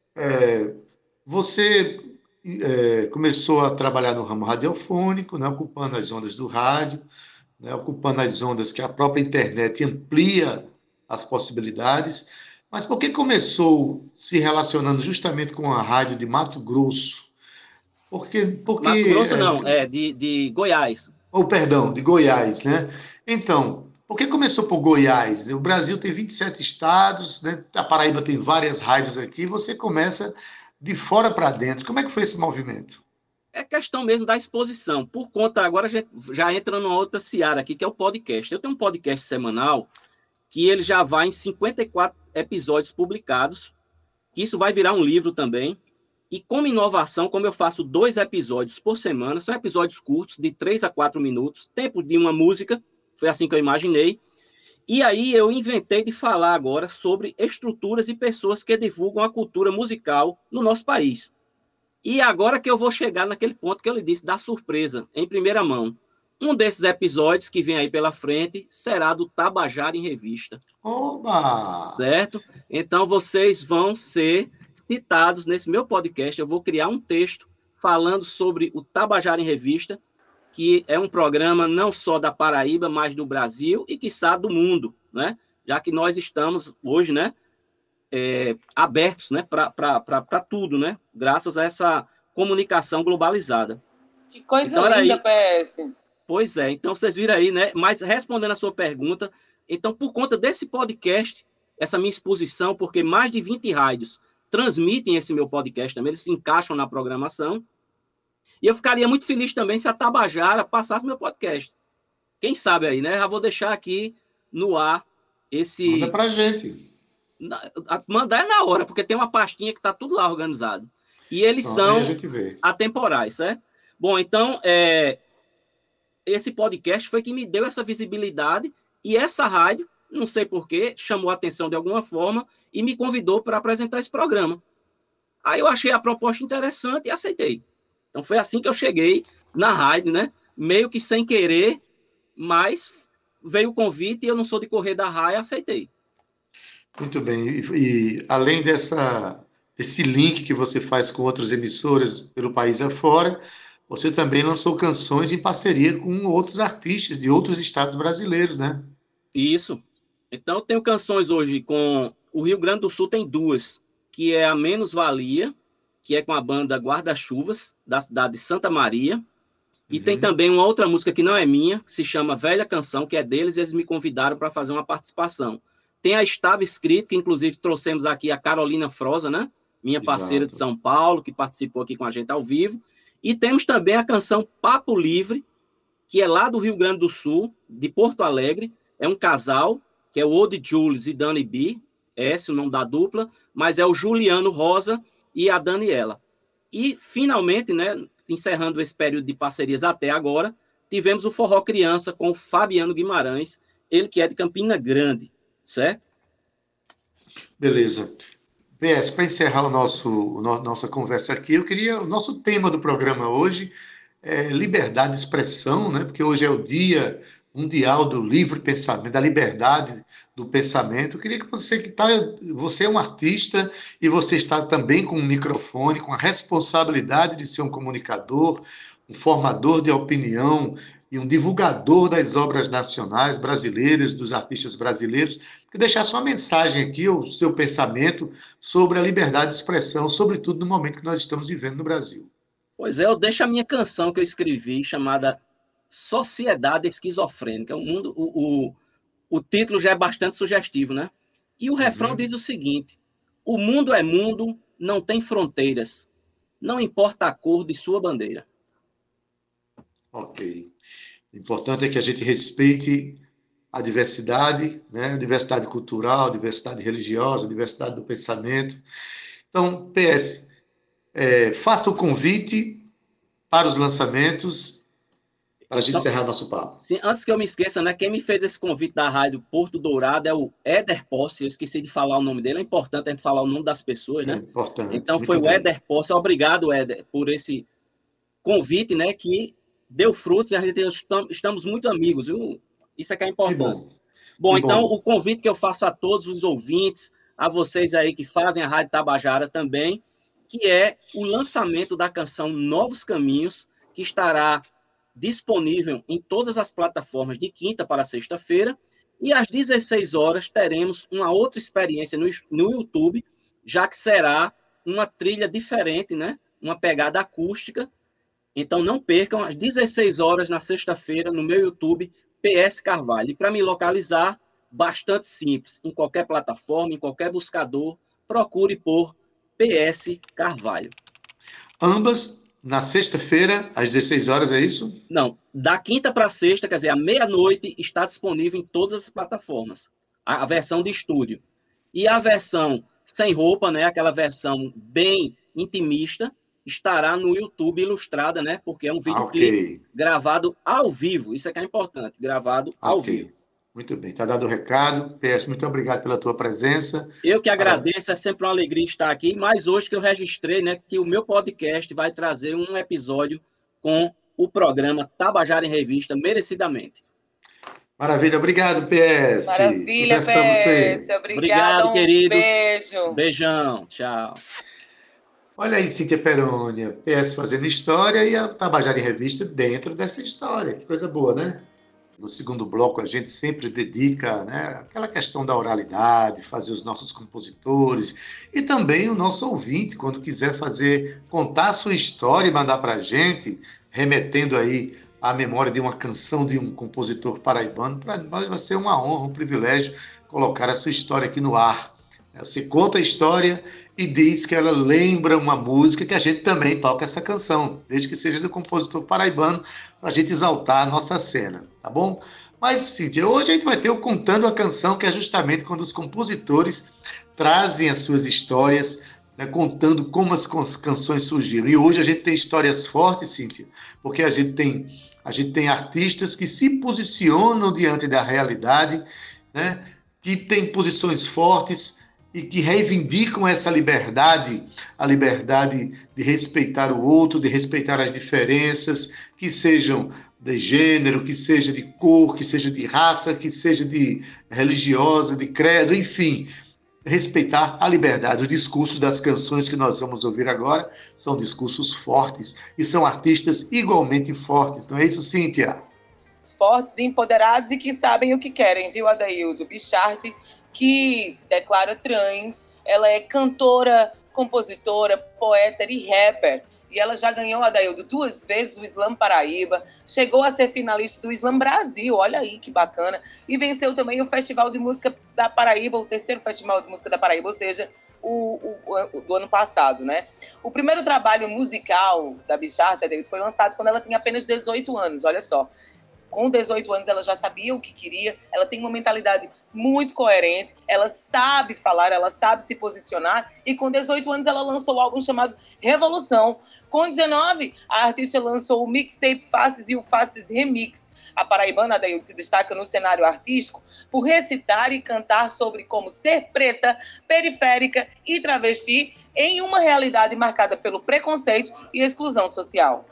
você começou a trabalhar no ramo radiofônico, né, ocupando as ondas do rádio, né, ocupando as ondas que a própria internet amplia as possibilidades, mas por que começou se relacionando justamente com a rádio de Mato Grosso? Porque Mato Grosso não, de Goiás. Perdão, de Goiás, né? Então, por que começou por Goiás? O Brasil tem 27 estados, né? A Paraíba tem várias rádios aqui, você começa de fora para dentro. Como é que foi esse movimento? É questão mesmo da exposição. Por conta, agora a gente já entra numa outra seara aqui, que é o podcast. Eu tenho um podcast semanal que ele já vai em 54 episódios publicados, que isso vai virar um livro também. E como inovação, como eu faço 2 episódios por semana, são episódios curtos, de 3 a 4 minutos, tempo de uma música, foi assim que eu imaginei. E aí eu inventei de falar agora sobre estruturas e pessoas que divulgam a cultura musical no nosso país. E agora que eu vou chegar naquele ponto que eu lhe disse, da surpresa, em primeira mão. Um desses episódios que vem aí pela frente será do Tabajara em Revista. Oba! Certo? Então, vocês vão ser citados nesse meu podcast. Eu vou criar um texto falando sobre o Tabajara em Revista, que é um programa não só da Paraíba, mas do Brasil e, quiçá, do mundo, né? Já que nós estamos hoje, né, abertos, né, para tudo, né? Graças a essa comunicação globalizada. Que coisa então, linda, PS. Pois é, então vocês viram aí, né? Mas respondendo a sua pergunta, então, por conta desse podcast, essa minha exposição, porque mais de 20 rádios transmitem esse meu podcast também, eles se encaixam na programação, e eu ficaria muito feliz também se a Tabajara passasse meu podcast. Quem sabe aí, né? Já vou deixar aqui no ar esse... Manda pra gente. Mandar é na hora, porque tem uma pastinha que está tudo lá organizado. E eles são atemporais, certo? Bom, então, esse podcast foi que me deu essa visibilidade e essa rádio, não sei porquê, chamou a atenção de alguma forma e me convidou para apresentar esse programa. Aí eu achei a proposta interessante e aceitei. Então foi assim que eu cheguei na rádio, né? Meio que sem querer, mas veio o convite e eu não sou de correr da raia, aceitei. Muito bem. E além desse link que você faz com outras emissoras pelo país afora, você também lançou canções em parceria com outros artistas de outros estados brasileiros, né? Isso. Então eu tenho canções hoje com... O Rio Grande do Sul tem duas, que é a Menos Valia, que é com a banda Guarda-Chuvas, da cidade de Santa Maria. E tem também uma outra música que não é minha, que se chama Velha Canção, que é deles, e eles me convidaram para fazer uma participação. Tem a Estava Escrito, que inclusive trouxemos aqui a Carolina Froza, né? Minha parceira de São Paulo, que participou aqui com a gente ao vivo. E temos também a canção Papo Livre, que é lá do Rio Grande do Sul, de Porto Alegre. É um casal, que é o Ode Jules e Dani B. Esse é o nome da dupla, mas é o Juliano Rosa e a Daniela. E, finalmente, né, encerrando esse período de parcerias até agora, tivemos o Forró Criança com o Fabiano Guimarães, ele que é de Campina Grande, certo? Beleza. PS, para encerrar nossa conversa aqui, o nosso tema do programa hoje é liberdade de expressão, né? Porque hoje é o Dia Mundial do Livre Pensamento, da liberdade do pensamento. Eu queria que você é um artista e você está também com um microfone, com a responsabilidade de ser um comunicador, um formador de opinião e um divulgador das obras nacionais brasileiras, dos artistas brasileiros, que deixar sua mensagem aqui, o seu pensamento sobre a liberdade de expressão, sobretudo no momento que nós estamos vivendo no Brasil. Pois é, eu deixo a minha canção que eu escrevi, chamada Sociedade Esquizofrênica. O título já é bastante sugestivo, né? E o refrão diz o seguinte: o mundo é mundo, não tem fronteiras, não importa a cor de sua bandeira. Ok. O importante é que a gente respeite a diversidade, né? A diversidade cultural, a diversidade religiosa, a diversidade do pensamento. Então, PS, faça o convite para os lançamentos, para a gente encerrar nosso papo. Sim, antes que eu me esqueça, né? Quem me fez esse convite da Rádio Porto Dourado é o Éder Posse. Eu esqueci de falar o nome dele. É importante a gente falar o nome das pessoas, né? Importante. Então foi o Éder Posse. Obrigado, Éder, por esse convite, né? Que deu frutos e a gente estamos muito amigos, viu? Isso é que é importante. Bom, então o convite que eu faço a todos os ouvintes, a vocês aí que fazem a Rádio Tabajara também, que é o lançamento da canção Novos Caminhos, que estará disponível em todas as plataformas de quinta para sexta-feira, e às 16 horas teremos uma outra experiência no YouTube, já que será uma trilha diferente, né? Uma pegada acústica. Então não percam, às 16 horas na sexta-feira no meu YouTube, PS Carvalho. E para me localizar, bastante simples, em qualquer plataforma, em qualquer buscador, procure por PS Carvalho. Ambas na sexta-feira, às 16 horas, é isso? Não, da quinta para sexta, quer dizer, à meia-noite, está disponível em todas as plataformas. A versão de estúdio. E a versão sem roupa, né, aquela versão bem intimista, estará no YouTube ilustrada, né, porque é um videoclipe gravado ao vivo. Isso é que é importante, gravado ao vivo. Muito bem, está dado o recado. PS, muito obrigado pela tua presença. Eu que agradeço, é sempre uma alegria estar aqui, mas hoje que eu registrei, né, que o meu podcast vai trazer um episódio com o programa Tabajara em Revista, merecidamente. Maravilha, obrigado, PS. Maravilha, PS. Para você. Obrigado, queridos. Beijo. Beijão, tchau. Olha aí, Cíntia Perônia, PS fazendo história e a Tabajara em Revista dentro dessa história. Que coisa boa, né? No segundo bloco, a gente sempre dedica, né, aquela questão da oralidade, fazer os nossos compositores e também o nosso ouvinte, quando quiser contar a sua história e mandar para a gente, remetendo aí à memória de uma canção de um compositor paraibano, para nós vai ser uma honra, um privilégio colocar a sua história aqui no ar. Você conta a história e diz que ela lembra uma música que a gente também toca essa canção, desde que seja do compositor paraibano, para a gente exaltar a nossa cena, tá bom? Mas, Cíntia, hoje a gente vai ter o Contando a Canção, que é justamente quando os compositores trazem as suas histórias, né, contando como as canções surgiram. E hoje a gente tem histórias fortes, Cíntia, porque a gente tem artistas que se posicionam diante da realidade, né, que têm posições fortes, e que reivindicam essa liberdade, a liberdade de respeitar o outro, de respeitar as diferenças, que sejam de gênero, que seja de cor, que seja de raça, que seja de religiosa, de credo, enfim, respeitar a liberdade. Os discursos das canções que nós vamos ouvir agora são discursos fortes e são artistas igualmente fortes. Não é isso, Cíntia? Fortes, empoderados e que sabem o que querem, viu, Adaildo? Bichart, que se declara trans, ela é cantora, compositora, poeta e rapper. E ela já ganhou, Adaildo, 2 vezes o Slam Paraíba, chegou a ser finalista do Slam Brasil, olha aí que bacana, e venceu também o Festival de Música da Paraíba, o 3º Festival de Música da Paraíba, ou seja, o do ano passado, né? O primeiro trabalho musical da Bichart, Adaildo, foi lançado quando ela tinha apenas 18 anos, olha só. Com 18 anos, ela já sabia o que queria, ela tem uma mentalidade muito coerente, ela sabe falar, ela sabe se posicionar, e com 18 anos ela lançou um álbum chamado Revolução. Com 19, a artista lançou o mixtape Faces e o Faces Remix. A paraibana, Adaildo, se destaca no cenário artístico por recitar e cantar sobre como ser preta, periférica e travesti em uma realidade marcada pelo preconceito e exclusão social.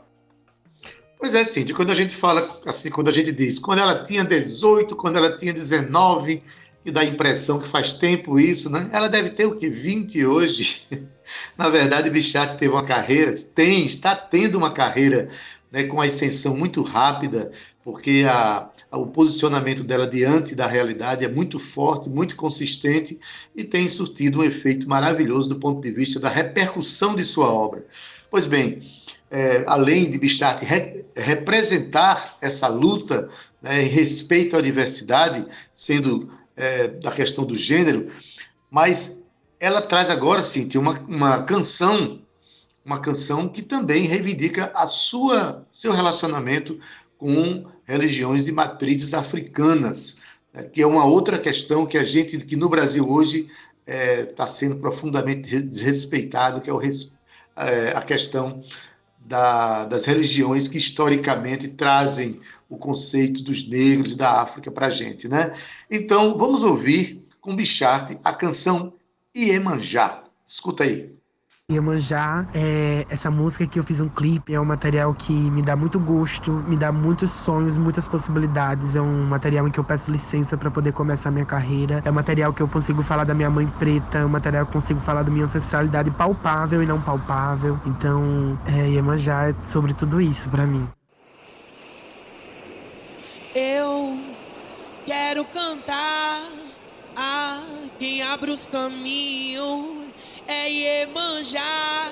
Pois é, Cíntia, quando a gente fala assim, quando a gente diz, quando ela tinha 18, quando ela tinha 19, e dá a impressão que faz tempo isso, né? Ela deve ter o quê? 20 hoje. Na verdade, Bichart teve uma carreira, está tendo uma carreira, né, com a ascensão muito rápida, porque o posicionamento dela diante da realidade é muito forte, muito consistente e tem surtido um efeito maravilhoso do ponto de vista da repercussão de sua obra. Pois bem, além de Bichart representar essa luta, né, em respeito à diversidade, sendo da questão do gênero, mas ela traz agora, Cíntia, uma canção que também reivindica seu relacionamento com religiões e matrizes africanas, que é uma outra questão que no Brasil hoje está sendo profundamente desrespeitado, que é a questão das religiões que historicamente trazem o conceito dos negros e da África para a gente, né? Então, vamos ouvir com Bichart a canção Iemanjá. Escuta aí. Iemanjá é essa música que eu fiz um clipe, é um material que me dá muito gosto, me dá muitos sonhos, muitas possibilidades, é um material em que eu peço licença para poder começar a minha carreira, é um material que eu consigo falar da minha mãe preta, é um material que eu consigo falar da minha ancestralidade palpável e não palpável, então Iemanjá é sobre tudo isso para mim. Eu quero cantar a quem abre os caminhos. É Iemanjá.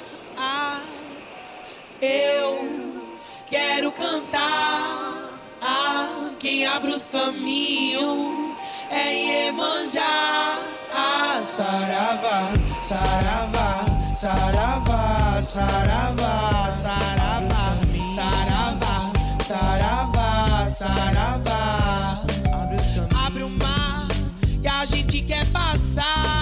Eu quero cantar a quem abre os caminhos. É Iemanjá. Saravá, saravá, saravá, saravá, saravá, saravá, saravá, saravá. Abre o mar que a gente quer passar.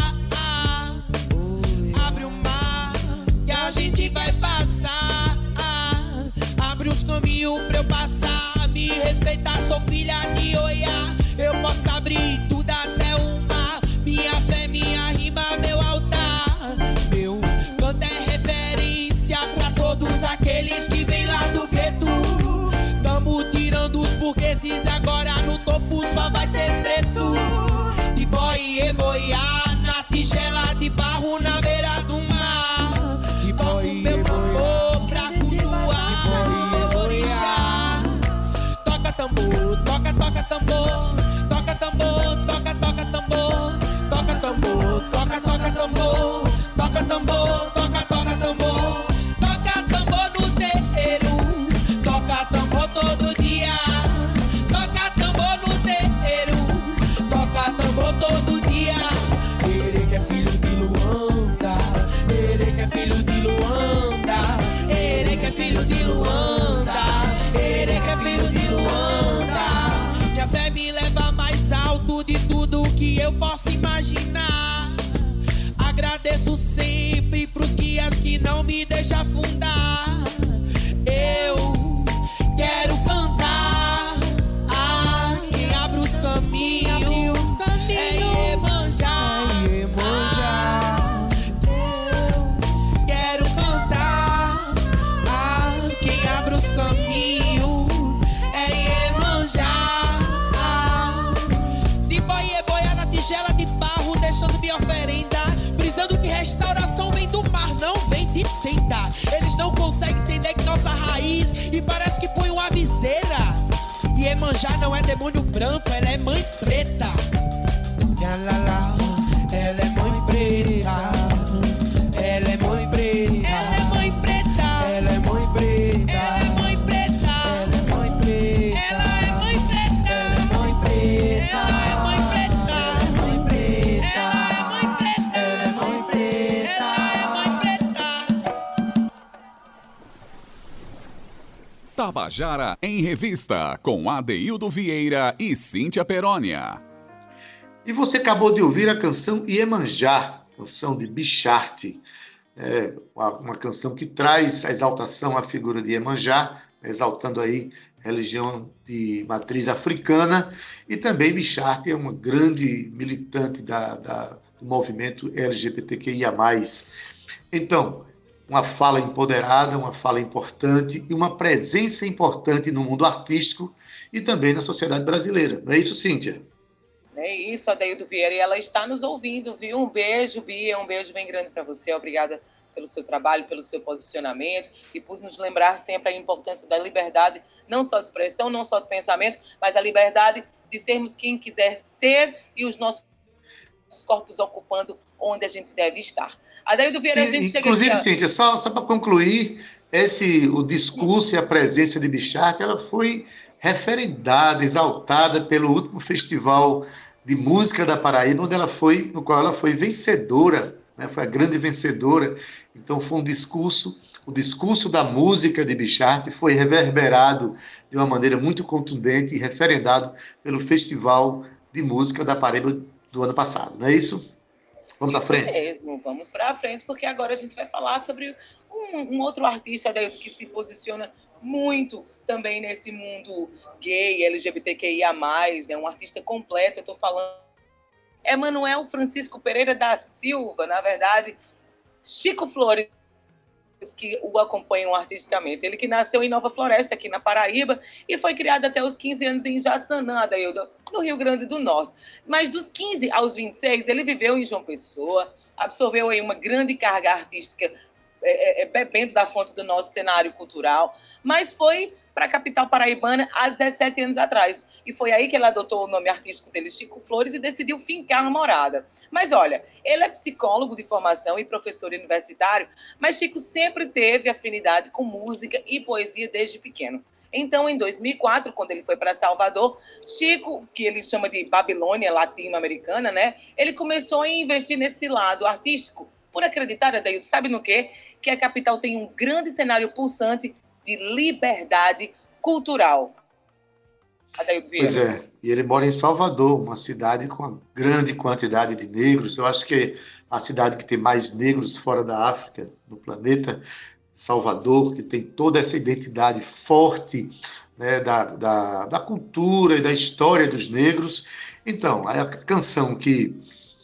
A gente vai passar, abre os caminhos pra eu passar, me respeitar, sou filha de Oiá, eu posso abrir tudo até o mar, minha fé, minha rima, meu altar, meu canto é referência pra todos aqueles que vêm lá do gueto, tamo tirando os burgueses, agora no topo só vai ter preto, de boi e boiar, na tigela de barro na beira do mar. Toco meu tambor pra cultuar meu orixá. Toca tambor, toca, toca tambor. Toca tambor, toca, toca tambor. Toca tambor, toca, toca tambor. Toca tambor, toca, toca tambor. Toca tambor no terreiro. Toca tambor todo dia. Toca tambor no terreiro. deixando minha oferenda, brisando que restauração vem do mar, não vem de tenda. Eles não conseguem entender que nossa raiz e parece que foi uma viseira. E Iemanjá não é demônio branco, ela é mãe preta. Yalala, ela é mãe preta. Ela é mãe preta. Ela é mãe preta. Ela é mãe preta. Ela é mãe preta. Ela é mãe preta. Ela é mãe preta. Ela é mãe preta. Ela é mãe preta. Ela é mãe preta. Ela é mãe preta. Ela é mãe preta. Tabajara em Revista, com Adeildo Vieira e Cíntia Perônia. E você acabou de ouvir a canção Iemanjá, canção de Bicharte. É uma canção que traz a exaltação à figura de Iemanjá, exaltando aí a religião de matriz africana, e também Bicharte é uma grande militante do movimento LGBTQIA+. Então, uma fala empoderada, uma fala importante e uma presença importante no mundo artístico e também na sociedade brasileira. Não é isso, Cíntia? É isso, Adeildo Vieira, e ela está nos ouvindo, viu? Um beijo, Bia, um beijo bem grande para você. Obrigada pelo seu trabalho, pelo seu posicionamento e por nos lembrar sempre a importância da liberdade, não só de expressão, não só de pensamento, mas a liberdade de sermos quem quiser ser e os nossos corpos ocupando onde a gente deve estar. Adeildo Vieira, a gente chega aqui... Inclusive, Cíntia, só para concluir, o discurso e a presença de Bicharte, ela foi referendada, exaltada pelo último festival de música da Paraíba, no qual ela foi vencedora, né? Foi a grande vencedora. Então foi o discurso da música de Bicharte foi reverberado de uma maneira muito contundente e referendado pelo Festival de Música da Paraíba do ano passado, não é isso? Vamos à frente. Isso mesmo, vamos para frente, porque agora a gente vai falar sobre um outro artista que se posiciona muito também nesse mundo gay, LGBTQIA+, né? Um artista completo, eu estou falando. É Manuel Francisco Pereira da Silva, na verdade, Chico Flores, que o acompanham artisticamente. Ele que nasceu em Nova Floresta, aqui na Paraíba, e foi criado até os 15 anos em Jaçanã, Adeildo, no Rio Grande do Norte. Mas dos 15 aos 26, ele viveu em João Pessoa, absorveu aí uma grande carga artística, bebendo da fonte do nosso cenário cultural, mas foi para a capital paraibana há 17 anos atrás. E foi aí que ele adotou o nome artístico dele, Chico Flores, e decidiu fincar a morada. Mas olha, ele é psicólogo de formação e professor universitário, mas Chico sempre teve afinidade com música e poesia desde pequeno. Então, em 2004, quando ele foi para Salvador, Chico, que ele chama de Babilônia latino-americana, né? Ele começou a investir nesse lado artístico, por acreditar, Adeildo, sabe no quê? Que a capital tem um grande cenário pulsante de liberdade cultural. Adeildo Vieira. Pois é, e ele mora em Salvador, uma cidade com uma grande quantidade de negros. Eu acho que a cidade que tem mais negros fora da África, no planeta, Salvador, que tem toda essa identidade forte, né, da cultura e da história dos negros. Então, a canção que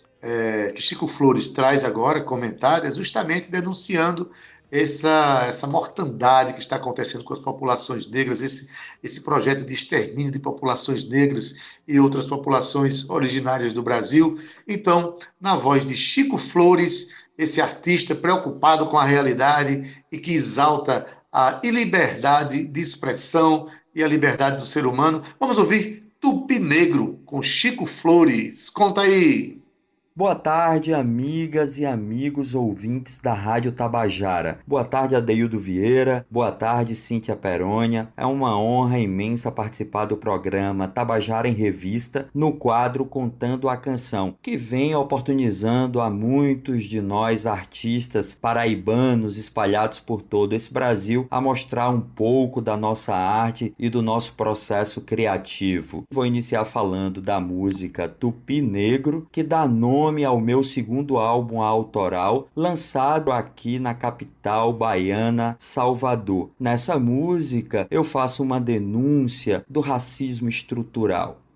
Chico Flores traz agora, comentada, é justamente denunciando essa mortandade que está acontecendo com as populações negras, esse projeto de extermínio de populações negras e outras populações originárias do Brasil. Então, na voz de Chico Flores, esse artista preocupado com a realidade e que exalta a liberdade de expressão e a liberdade do ser humano, vamos ouvir Tupi Negro com Chico Flores. Conta aí! Boa tarde, amigas e amigos ouvintes da Rádio Tabajara. Boa tarde, Adeildo Vieira. Boa tarde, Cíntia Perônia. É uma honra imensa participar do programa Tabajara em Revista, no quadro Contando a Canção, que vem oportunizando a muitos de nós artistas paraibanos espalhados por todo esse Brasil a mostrar um pouco da nossa arte e do nosso processo criativo. Vou iniciar falando da música Tupi Negro, que dá nome ao meu segundo álbum autoral, lançado aqui na capital baiana, Salvador. Nessa música, eu faço uma denúncia do racismo estrutural.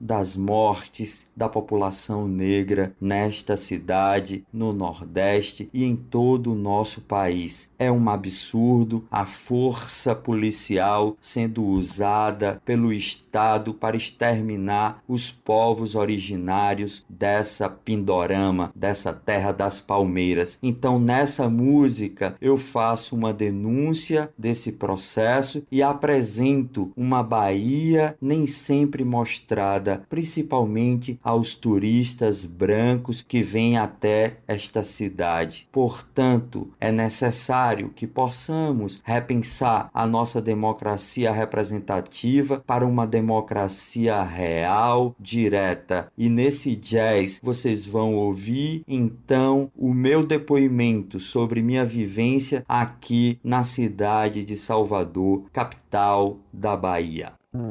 das mortes da população negra nesta cidade, no Nordeste e em todo o nosso país. É um absurdo a força policial sendo usada pelo Estado para exterminar os povos originários dessa Pindorama, dessa terra das palmeiras. Então, nessa música, eu faço uma denúncia desse processo e apresento uma Bahia nem sempre mostrada, principalmente aos turistas brancos que vêm até esta cidade. Portanto, é necessário que possamos repensar a nossa democracia representativa para uma democracia real, direta. E nesse jazz vocês vão ouvir então o meu depoimento sobre minha vivência aqui na cidade de Salvador, capital da Bahia.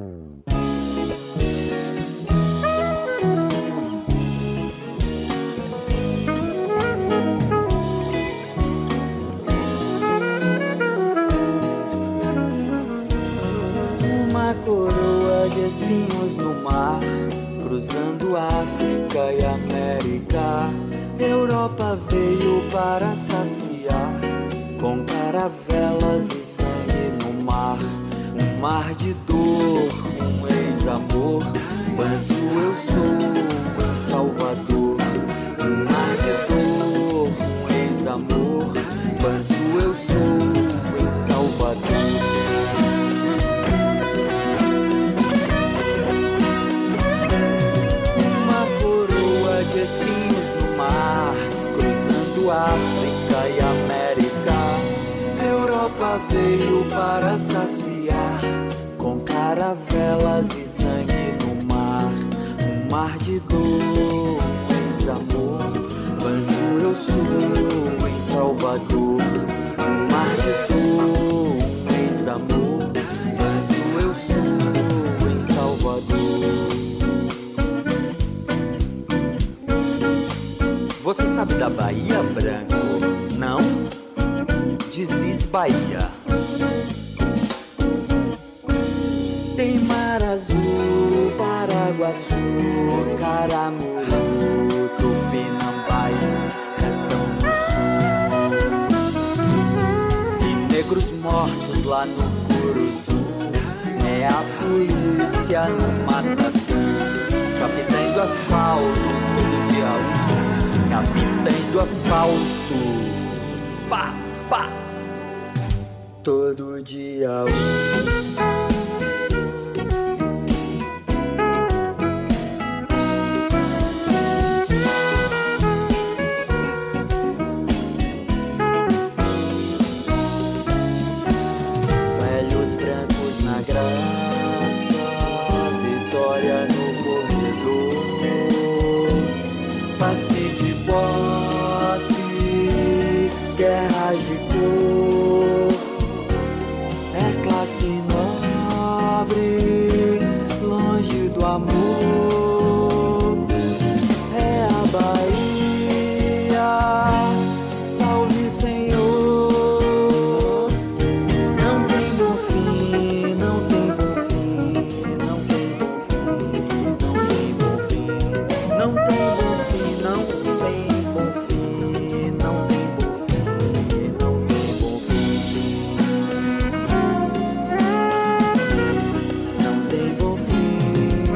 Uma coroa de espinhos no mar, cruzando África e América. Europa veio para saciar, com caravelas e sangue no mar. Um mar de dor, um ex-amor, Banzo eu sou em Salvador. Um mar de dor, um ex-amor, Banzo eu sou em Salvador. De espinhos no mar, cruzando África e América. Europa veio para saciar, com caravelas e sangue no mar. Um mar de dor, ex-amor, Banzo eu sou em Salvador. Um mar de dor, ex-amor, Banzo eu sou em Salvador. Você sabe da Bahia, branco? Não? Dizes Bahia. Tem mar azul, Paraguaçu, Caramuru, Tupinambás, restam do sul. E negros mortos lá no Curuzu, é a polícia no Matatu. Capitães do asfalto, todo dia um. Capitães do asfalto, pá, pá, todo dia velhos brancos na graça, vitória no corredor, passe de posses, guerras de cor, é classe nobre, longe do amor, é a Bahia, salve Senhor, não tem bom fim, não tem bom fim, não tem bom fim, não tem bom fim, não tem bom fim, não tem bom fim, não tem bom fim, não tem bom fim, não tem bom fim.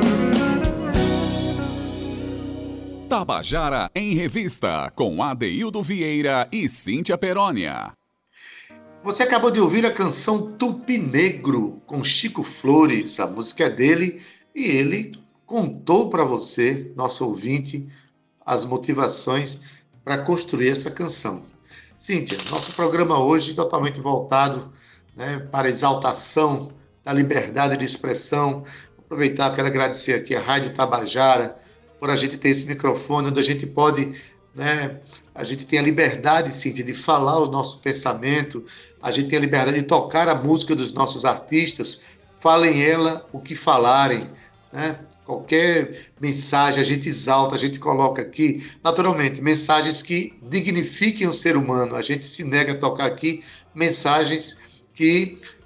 Tabajara em Revista, com Adeildo Vieira e Cíntia Perônia. Você acabou de ouvir a canção Tupi Negro, com Chico Flores. A música é dele e ele contou para você, nosso ouvinte, as motivações para construir essa canção. Cíntia, nosso programa hoje totalmente voltado, né, para a exaltação da liberdade de expressão. Vou aproveitar, quero agradecer aqui a Rádio Tabajara por a gente ter esse microfone onde a gente pode, né, a gente tem a liberdade, Cíntia, de falar o nosso pensamento, a gente tem a liberdade de tocar a música dos nossos artistas, falem ela o que falarem, né? Qualquer mensagem a gente exalta, a gente coloca aqui, naturalmente, mensagens que dignifiquem o ser humano. A gente se nega a tocar aqui mensagens que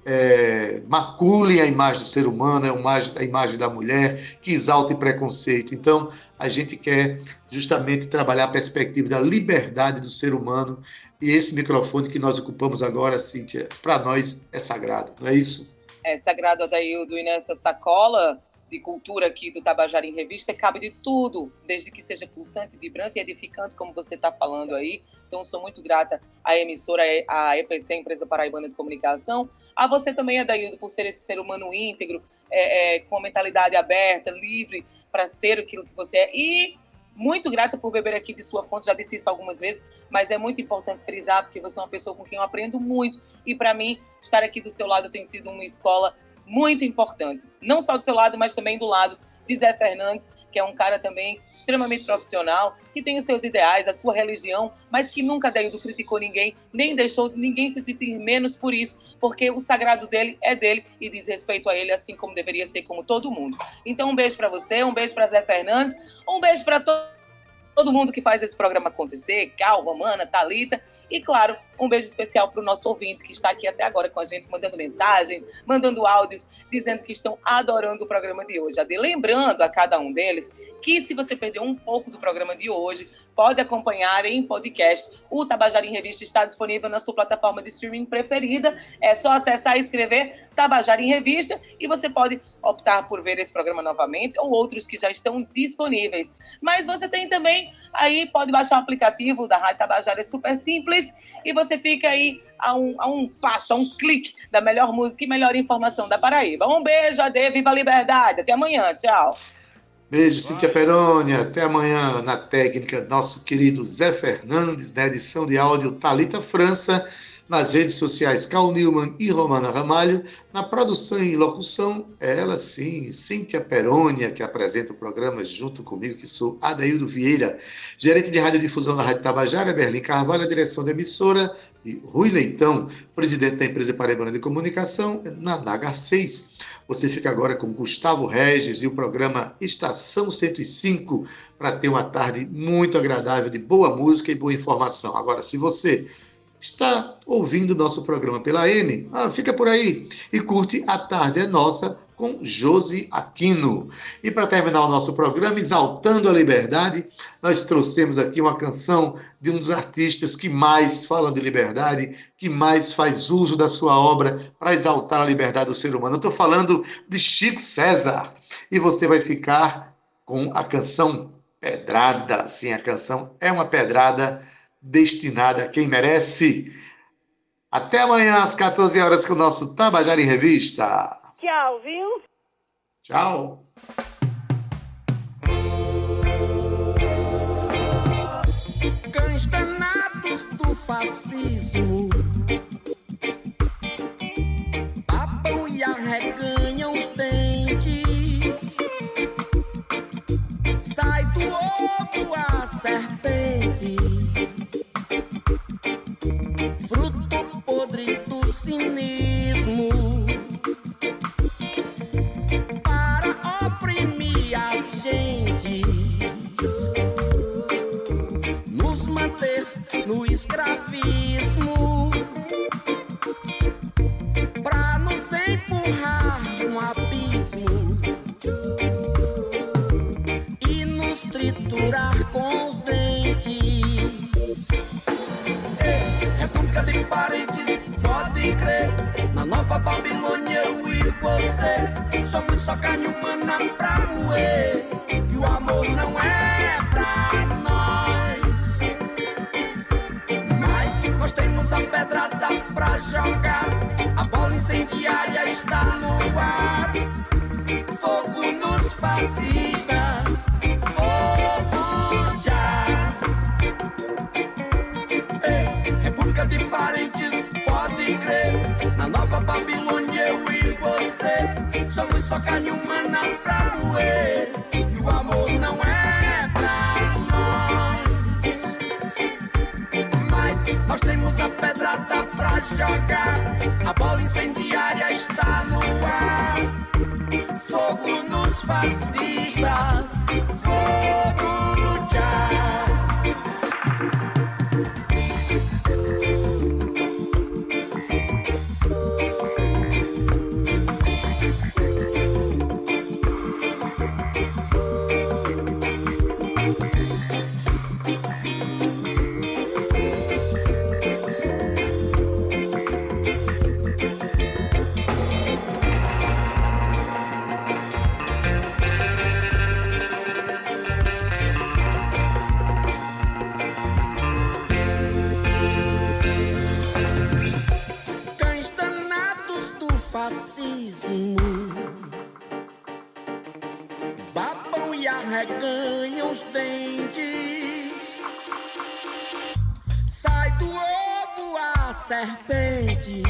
macule a imagem do ser humano, a imagem da mulher, que exalte preconceito. Então, a gente quer justamente trabalhar a perspectiva da liberdade do ser humano, e esse microfone que nós ocupamos agora, Cíntia, para nós é sagrado, não é isso? É sagrado, Adaildo, e nessa sacola de cultura aqui do Tabajara em Revista cabe de tudo, desde que seja pulsante, vibrante e edificante, como você está falando aí. Então, sou muito grata à emissora, à EPC, Empresa Paraibana de Comunicação, a você também, Adaildo, por ser esse ser humano íntegro, com a mentalidade aberta, livre, para ser aquilo que você é, e muito grata por beber aqui de sua fonte, já disse isso algumas vezes, mas é muito importante frisar, porque você é uma pessoa com quem eu aprendo muito, e para mim, estar aqui do seu lado tem sido uma escola muito importante, não só do seu lado, mas também do lado de Zé Fernandes, que é um cara também extremamente profissional, que tem os seus ideais, a sua religião, mas que nunca criticou ninguém, nem deixou ninguém se sentir menos por isso, porque o sagrado dele é dele e diz respeito a ele, assim como deveria ser, como todo mundo. Então, um beijo para você, um beijo para Zé Fernandes, um beijo para todo mundo que faz esse programa acontecer, Cal, Romana, Thalita, e, claro, um beijo especial para o nosso ouvinte que está aqui até agora com a gente, mandando mensagens, mandando áudios, dizendo que estão adorando o programa de hoje. Lembrando a cada um deles que, se você perdeu um pouco do programa de hoje, pode acompanhar em podcast. O Tabajara em Revista está disponível na sua plataforma de streaming preferida. É só acessar e escrever Tabajara em Revista e você pode optar por ver esse programa novamente ou outros que já estão disponíveis. Mas você tem também, aí pode baixar o aplicativo da Rádio Tabajara, é super simples, e você fica aí a um passo, a um clique da melhor música e melhor informação da Paraíba. Um beijo, Ade, viva a liberdade. Até amanhã, tchau. Beijo, Cíntia Perônia. Até amanhã na técnica, nosso querido Zé Fernandes, na edição de áudio Thalita França, nas redes sociais Cal Newman e Romana Ramalho, na produção e locução, ela sim, Cíntia Perônia, que apresenta o programa junto comigo, que sou Adaildo Vieira, gerente de radiodifusão da Rádio Tabajara, Berlim Carvalho, a direção da emissora, e Rui Leitão, presidente da Empresa Paraibana de Comunicação, na NAGA 6. Você fica agora com Gustavo Regis e o programa Estação 105, para ter uma tarde muito agradável de boa música e boa informação. Agora, se você está ouvindo o nosso programa pela AM, fica por aí e curte A Tarde é Nossa com Josi Aquino. E para terminar o nosso programa, Exaltando a Liberdade, nós trouxemos aqui uma canção de um dos artistas que mais falam de liberdade, que mais faz uso da sua obra para exaltar a liberdade do ser humano. Eu estou falando de Chico César. E você vai ficar com a canção Pedrada. Sim, a canção é uma pedrada destinada a quem merece. Até amanhã às 14 horas com o nosso Tabajara em Revista. Tchau, viu? Tchau. Cães danados do fascismo babam e arreganham os dentes. Sai do ovo a serpente, fruto podre do cinismo, para oprimir as gentes, nos manter no escravismo, pra nos empurrar num abismo e nos triturar com os dentes. República de parentes, pode crer, na nova Babilônia eu e você somos só carne humana pra moer, e o amor não é pra nós, mas nós temos a pedrada pra jogar, a bola incendiária está no ar, fogo nos fascistas, fogo já. República de parentes, pode crer, na nova Babilônia eu e você somos só carne humana pra moer, e o amor não é pra nós, mas nós temos a pedrada pra jogar, a bola incendiária está no ar, fogo nos fascistas, fogo já. serpente,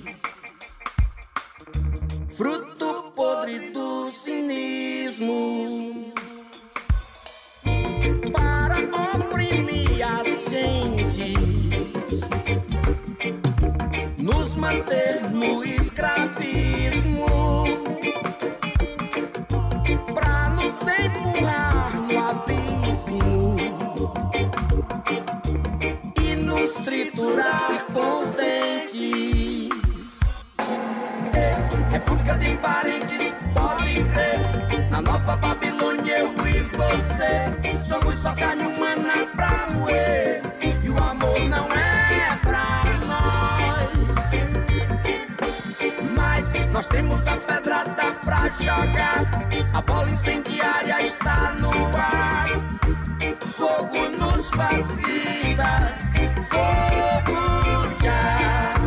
fruto podre do cinismo, para oprimir as gentes, nos manter no escravismo, pra nos empurrar no abismo e nos triturar conscientes. República de parentes, pode crer, na nova Babilônia eu e você somos só carne humana pra moer, e o amor não é pra nós, mas nós temos a pedrada pra jogar, a bola incendiária está no ar, fogo nos fascistas, fogo já.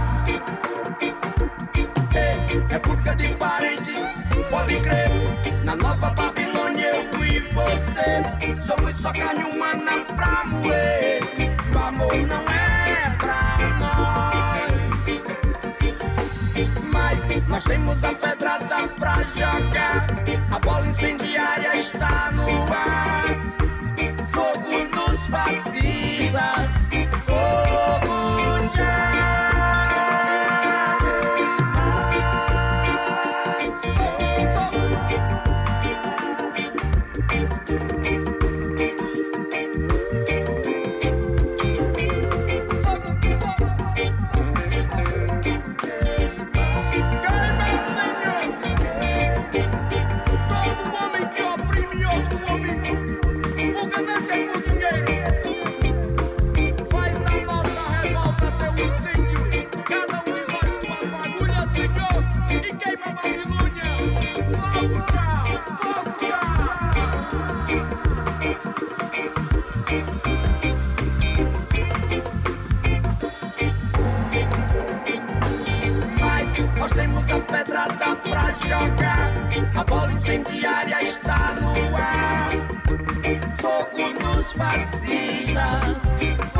República de parentes, pode crer, na nova Babilônia eu e você somos só carne humana pra moer, e o amor não é pra nós, mas nós temos a pedrada pra jogar, a bola incendiária está no ar, fogo nos fascistas, fogo já. Nós temos a pedrada pra jogar, a bola incendiária está no ar, fogo nos fascistas.